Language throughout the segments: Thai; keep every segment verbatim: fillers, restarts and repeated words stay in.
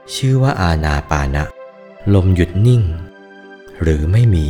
ชื่อว่าอานาปานะลมหยุดนิ่งหรือไม่มี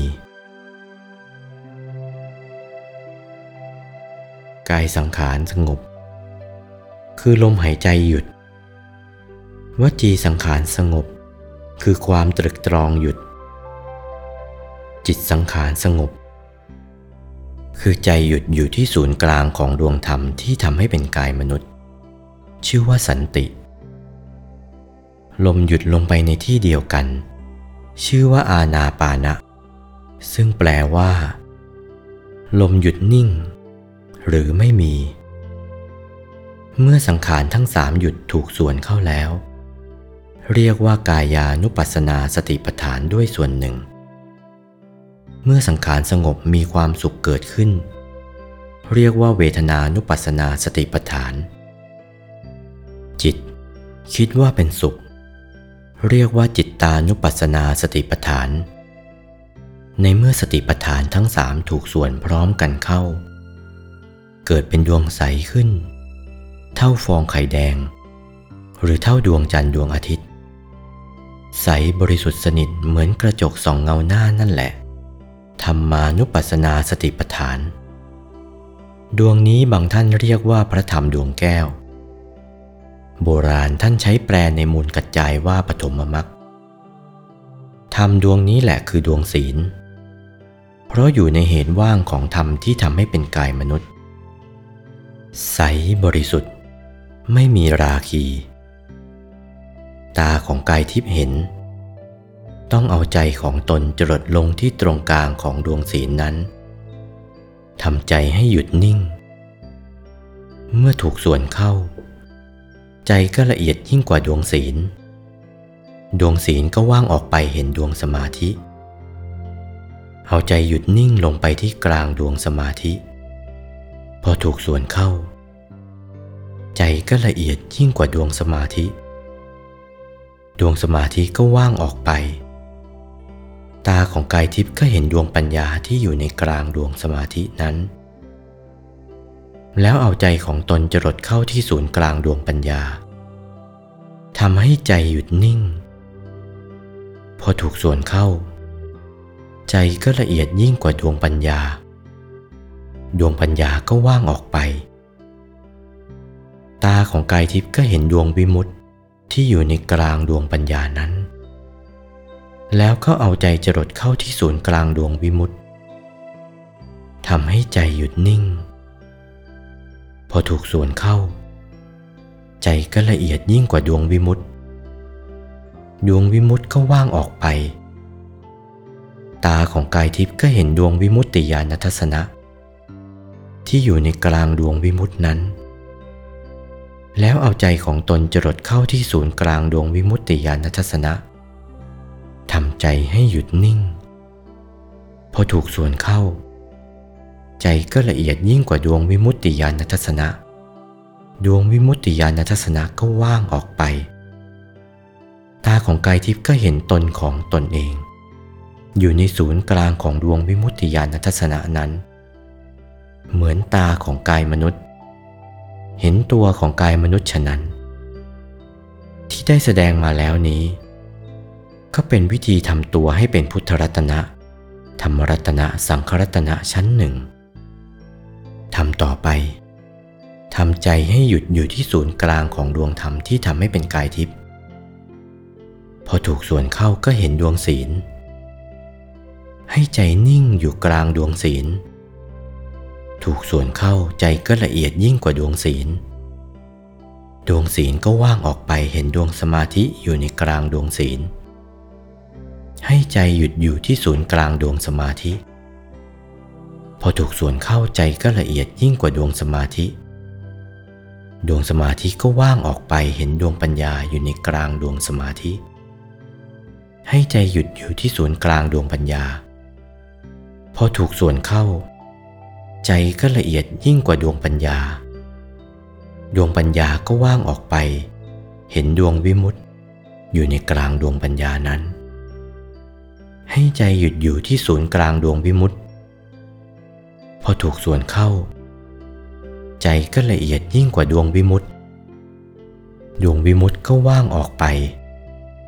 กายสังขารสงบคือลมหายใจหยุดวจีสังขารสงบคือความตรึกตรองหยุดจิตสังขารสงบคือใจหยุดอยู่ที่ศูนย์กลางของดวงธรรมที่ทำให้เป็นกายมนุษย์ชื่อว่าสันติลมหยุดลงไปในที่เดียวกันชื่อว่าอานาปานะซึ่งแปลว่าลมหยุดนิ่งหรือไม่มีเมื่อสังขารทั้งสามหยุดถูกส่วนเข้าแล้วเรียกว่ากายานุปัสสนาสติปัฏฐานด้วยส่วนหนึ่งเมื่อสังขารสงบมีความสุขเกิดขึ้นเรียกว่าเวทนานุปัสสนาสติปัฏฐานจิตคิดว่าเป็นสุขเรียกว่าจิตตานุปัสสนาสติปัฏฐานในเมื่อสติปัฏฐานทั้งสามถูกส่วนพร้อมกันเข้าเกิดเป็นดวงใสขึ้นเท่าฟองไข่แดงหรือเท่าดวงจันทร์ดวงอาทิตย์ใสบริสุทธิ์สนิทเหมือนกระจกส่องเงาหน้านั่นแหละธรรมานุปัสสนาสติปัฏฐานดวงนี้บางท่านเรียกว่าพระธรรมดวงแก้วโบราณท่านใช้แปลในมูลกัจจายว่าปฐมมรรคธรรมดวงนี้แหละคือดวงศีลเพราะอยู่ในเหตุว่างของธรรมที่ทำให้เป็นกายมนุษย์ใสบริสุทธิ์ไม่มีราคีตาของกายทิพย์เห็นต้องเอาใจของตนจรดลงที่ตรงกลางของดวงศีลนั้นทำใจให้หยุดนิ่งเมื่อถูกส่วนเข้าใจก็ละเอียดยิ่งกว่าดวงศีลดวงศีลก็ว่างออกไปเห็นดวงสมาธิเอาใจหยุดนิ่งลงไปที่กลางดวงสมาธิพอถูกส่วนเข้าใจก็ละเอียดยิ่งกว่าดวงสมาธิดวงสมาธิก็ว่างออกไปตาของกายทิพย์ก็เห็นดวงปัญญาที่อยู่ในกลางดวงสมาธินั้นแล้วเอาใจของตนจรดเข้าที่ศูนย์กลางดวงปัญญาทำให้ใจหยุดนิ่งพอถูกส่วนเข้าใจก็ละเอียดยิ่งกว่าดวงปัญญาดวงปัญญาก็ว่างออกไปตาของกายทิพย์ก็เห็นดวงวิมุตติที่อยู่ในกลางดวงปัญญานั้นแล้วก็เอาใจจรดเข้าที่ศูนย์กลางดวงวิมุตติทำให้ใจหยุดนิ่งพอถูกส่วนเข้าใจก็ละเอียดยิ่งกว่าดวงวิมุตติดวงวิมุตติก็ว่างออกไปตาของกายทิพย์ก็เห็นดวงวิมุตติญาณทัศนะที่อยู่ในกลางดวงวิมุตตินั้นแล้วเอาใจของตนจรดเข้าที่ศูนย์กลางดวงวิมุตติญาณทัศนะทำใจให้หยุดนิ่งพอถูกส่วนเข้าใจก็ละเอียดยิ่งกว่าดวงวิมุตติญาณทัศนะดวงวิมุตติญาณทัศนะก็ว่างออกไปตาของกายทิพย์ก็เห็นตนของตนเองอยู่ในศูนย์กลางของดวงวิมุตติญาณทัศนะนั้นเหมือนตาของกายมนุษย์เห็นตัวของกายมนุษย์ฉะนั้นที่ได้แสดงมาแล้วนี้ก็เป็นวิธีทำตัวให้เป็นพุทธรัตนะธรรมรัตนะสังฆรัตนะชั้นหนึ่งทำต่อไปทำใจให้หยุดอยู่ที่ศูนย์กลางของดวงธรรมที่ทำให้เป็นกายทิพย์พอถูกส่วนเข้าก็เห็นดวงศีลให้ใจนิ่งอยู่กลางดวงศีลถูกส่วนเข้าใจก็ละเอียดยิ่งกว่าดวงศีลดวงศีลก็ว่างออกไปเห็นดวงสมาธิอยู่ในกลางดวงศีลให้ใจหยุดอยู่ที่ศูนย์กลางดวงสมาธิพอถูกส่วนเข้าใจก็ละเอียดยิ่งกว่าดวงสมาธิดวงสมาธิก็ว่างออกไปเห็นดวงปัญญาอยู่ในกลางดวงสมาธิให้ใจหยุดอยู่ที่ศูนย์กลางดวงปัญญาพอถูกส่วนเข้าใจก็ละเอียดยิ่งกว่าดวงปัญญาดวงปัญญาก็ว่างออกไปเห็นดวงวิมุตติอยู่ในกลางดวงปัญญานั้นให้ใจหยุดอยู่ที่ศูนย์กลางดวงวิมุตติพอถูกส่วนเข้าใจก็ละเอียดยิ่งกว่าดวงวิมุตติดวงวิมุตติก็ว่างออกไป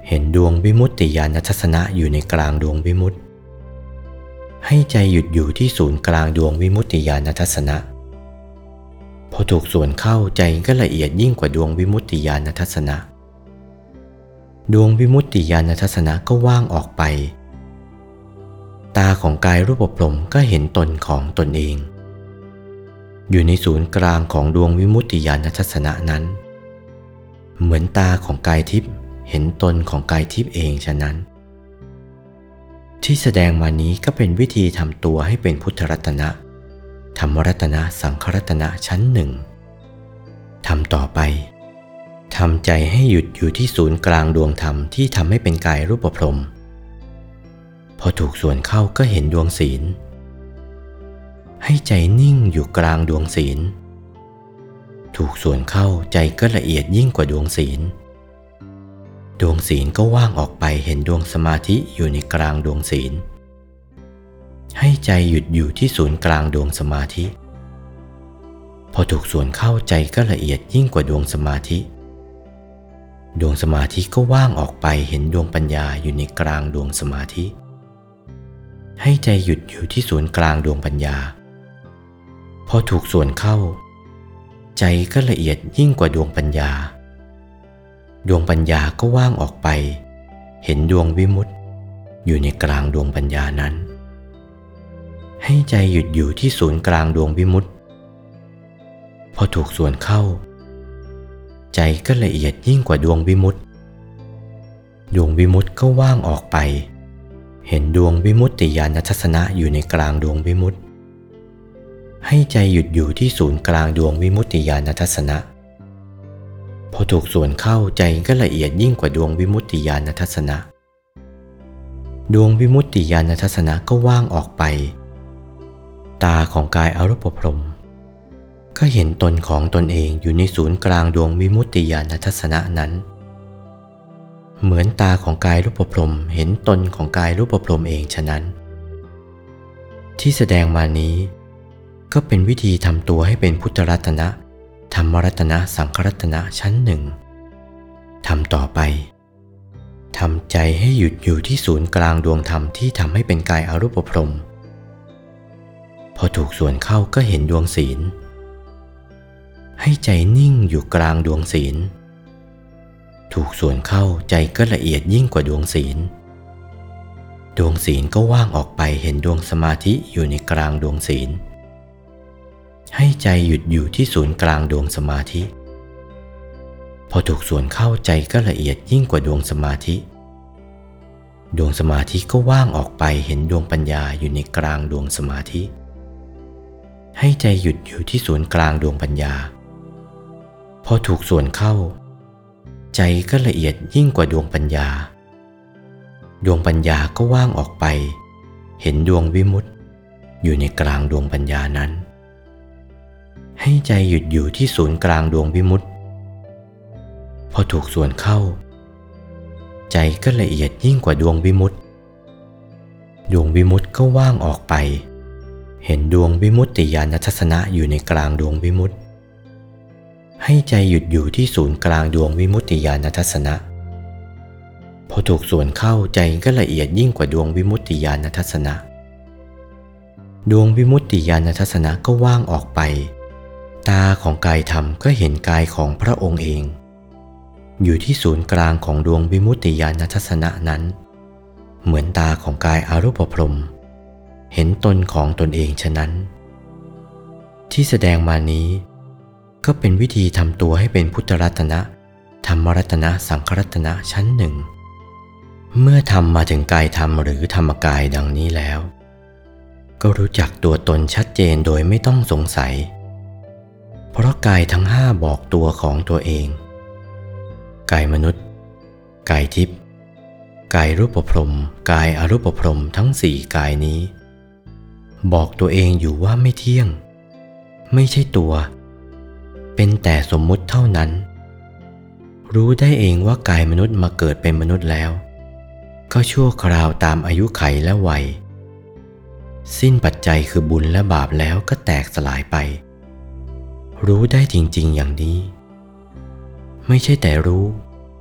เห็นดวงวิมุตติญาณทัศนะอยู่ในกลางดวงวิมุตติให้ใจหยุดอยู่ที่ศูนย์กลางดวงวิมุตติญาณทัศนะพอถูกส่วนเข้าใจก็ละเอียดยิ่งกว่าดวงวิมุตติญาณทัศนะดวงวิมุตติญาณทัศนะก็ว่างออกไปตาของกายรูปพรหมก็เห็นตนของตนเองอยู่ในศูนย์กลางของดวงวิมุตติญาณทัศนะนั้นเหมือนตาของกายทิพย์เห็นตนของกายทิพย์เองฉะนั้นที่แสดงมานี้ก็เป็นวิธีทำตัวให้เป็นพุทธรัตนะธรรมรัตนะสังฆรัตนะชั้นหนึ่งทำต่อไปทำใจให้หยุดอยู่ที่ศูนย์กลางดวงธรรมที่ทำให้เป็นกายรูปพรหมพอถูกส่วนเข้าก็เห็นดวงศีลให้ใจนิ่งอยู่กลางดวงศีลถูกส่วนเข้าใจก็ละเอียดยิ่งกว่าดวงศีลดวงศีลก็ว่างออกไปเห็นดวงสมาธิอยู่ในกลางดวงศีลให้ใจหยุดอยู่ที่ศูนย์กลางดวงสมาธิพอถูกส่วนเข้าใจก็ละเอียดยิ่งกว่าดวงสมาธิดวงสมาธิก็ว่างออกไปเห็นดวงปัญญาอยู่ในกลางดวงสมาธิให้ใจหยุดอยู่ที่ศูนย์กลางดวงปัญญาพอถูกส่วนเข้าใจก็ละเอียดยิ่งกว่าดวงปัญญาดวงปัญญาก็ว่างออกไปเห็นดวงวิมุตติอยู่ในกลางดวงปัญญานั้นให้ใจหยุดอยู่ที่ศูนย์กลางดวงวิมุตติพอถูกส่วนเข้าใจก็ละเอียดยิ่งกว่าดวงวิมุตติดวงวิมุตติก็ว่างออกไปเห็นดวงวิมุตติญาณทัศนะอยู่ในกลางดวงวิมุตติให้ใจหยุดอยู่ที่ศูนย์กลางดวงวิมุตติญาณทัศนะพอถูกส่วนเข้าใจก็ละเอียดยิ่งกว่าดวงวิมุตติญาณทัศนะดวงวิมุตติญาณทัศนะก็ว่างออกไปตาของกายอรูปพรหมก็เห็นตนของตนเองอยู่ในศูนย์กลางดวงวิมุตติญาณทัศนะนั้นเหมือนตาของกายรูปพรหมเห็นตนของกายรูปพรหมเองฉะนั้นที่แสดงมานี้ก็เป็นวิธีทำตัวให้เป็นพุทธรัตนะธรรมรัตนะสังฆรัตนะชั้นหนึ่งทำต่อไปทำใจให้หยุดอยู่ที่ศูนย์กลางดวงธรรมที่ทำให้เป็นกายอรูปพรหมพอถูกส่วนเข้าก็เห็นดวงศีลให้ใจนิ่งอยู่กลางดวงศีลถูกส่วนเข้าใจก็ละเอียดยิ่งกว่าดวงศีลดวงศีลก็ว่างออกไปเห็นดวงสมาธิอยู่ในกลางดวงศีลให้ใจหยุดอยู่ที่ศูนย์กลางดวงสมาธิพอถูกส่วนเข้าใจก็ละเอียดยิ่งกว่าดวงสมาธิดวงสมาธิก็ว่างออกไปเห็นดวงปัญญาอยู่ในกลางดวงสมาธิให้ใจหยุดอยู่ที่ศูนย์กลางดวงปัญญาพอถูกส่วนเข้าใจก็ละเอียดยิ่งกว่าดวงปัญญาดวงปัญญาก็ว่างออกไปเห็นดวงวิมุตติอยู่ในกลางดวงปัญญานั้นให้ใจหยุดอยู่ที่ศูนย์กลางดวงวิมุตติพอถูกส่วนเข้าใจก็ละเอียดยิ่งกว่าดวงวิมุตติดวงวิมุตติก็ว่างออกไปเห็นดวงวิมุตติญาณทัศนะอยู่ในกลางดวงวิมุตติให้ใจหยุดอยู่ที่ศูนย์กลางดวงวิมุตติญาณทัศนะพอถูกส่วนเข้าใจก็ละเอียดยิ่งกว่าดวงวิมุตติญาณทัศนะดวงวิมุตติญาณทัศนะก็ว่างออกไปตาของกายธรรมก็เห็นกายของพระองค์เองอยู่ที่ศูนย์กลางของดวงวิมุตติญาณทัศนะนั้นเหมือนตาของกายอรูปพรหมเห็นตนของตนเองฉะนั้นที่แสดงมานี้ก็เป็นวิธีทำตัวให้เป็นพุทธรัตนะธรรมรัตนะสังฆรัตนะชั้นหนึ่งเมื่อทำมาถึงกายธรรมหรือธรรมกายดังนี้แล้วก็รู้จักตัวตนชัดเจนโดยไม่ต้องสงสัยเพราะกายทั้งห้าบอกตัวของตัวเองกายมนุษย์กายทิพย์กายรูปพรหมกายอรูปพรหมทั้งสี่กายนี้บอกตัวเองอยู่ว่าไม่เที่ยงไม่ใช่ตัวเป็นแต่สมมุติเท่านั้นรู้ได้เองว่ากายมนุษย์มาเกิดเป็นมนุษย์แล้วก็ชั่วคราวตามอายุไขและวัยสิ้นปัจจัยคือบุญและบาปแล้วก็แตกสลายไปรู้ได้จริงๆอย่างนี้ไม่ใช่แต่รู้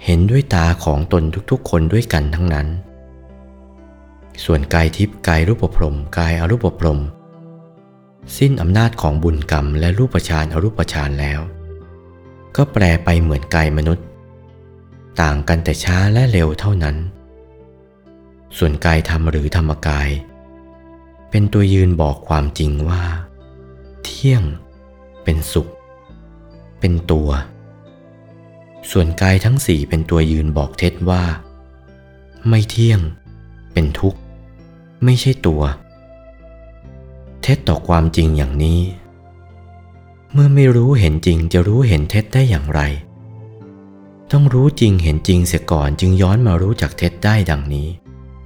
เห็นด้วยตาของตนทุกๆคนด้วยกันทั้งนั้นส่วนกายทิพย์กายรูปพรหมกายอรูปพรหมสิ้นอำนาจของบุญกรรมและรูปฌานอรูปฌานแล้วก็แปรไปเหมือนกายมนุษย์ต่างกันแต่ช้าและเร็วเท่านั้นส่วนกายธรรมหรือธรรมกายเป็นตัวยืนบอกความจริงว่าเที่ยงเป็นสุขเป็นตัวส่วนกายทั้งสี่เป็นตัวยืนบอกเท็จว่าไม่เที่ยงเป็นทุกข์ไม่ใช่ตัวเท็จต่อความจริงอย่างนี้เมื่อไม่รู้เห็นจริงจะรู้เห็นเท็จได้อย่างไรต้องรู้จริงเห็นจริงเสียก่อนจึงย้อนมารู้จักเท็จได้ดังนี้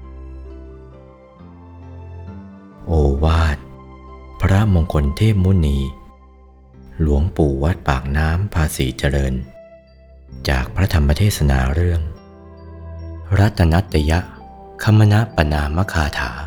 โอวาทพระมงคลเทพมุนีหลวงปู่วัดปากน้ำภาษีเจริญจากพระธรรมเทศนาเรื่องรัตนัตยคมนปนามคาถา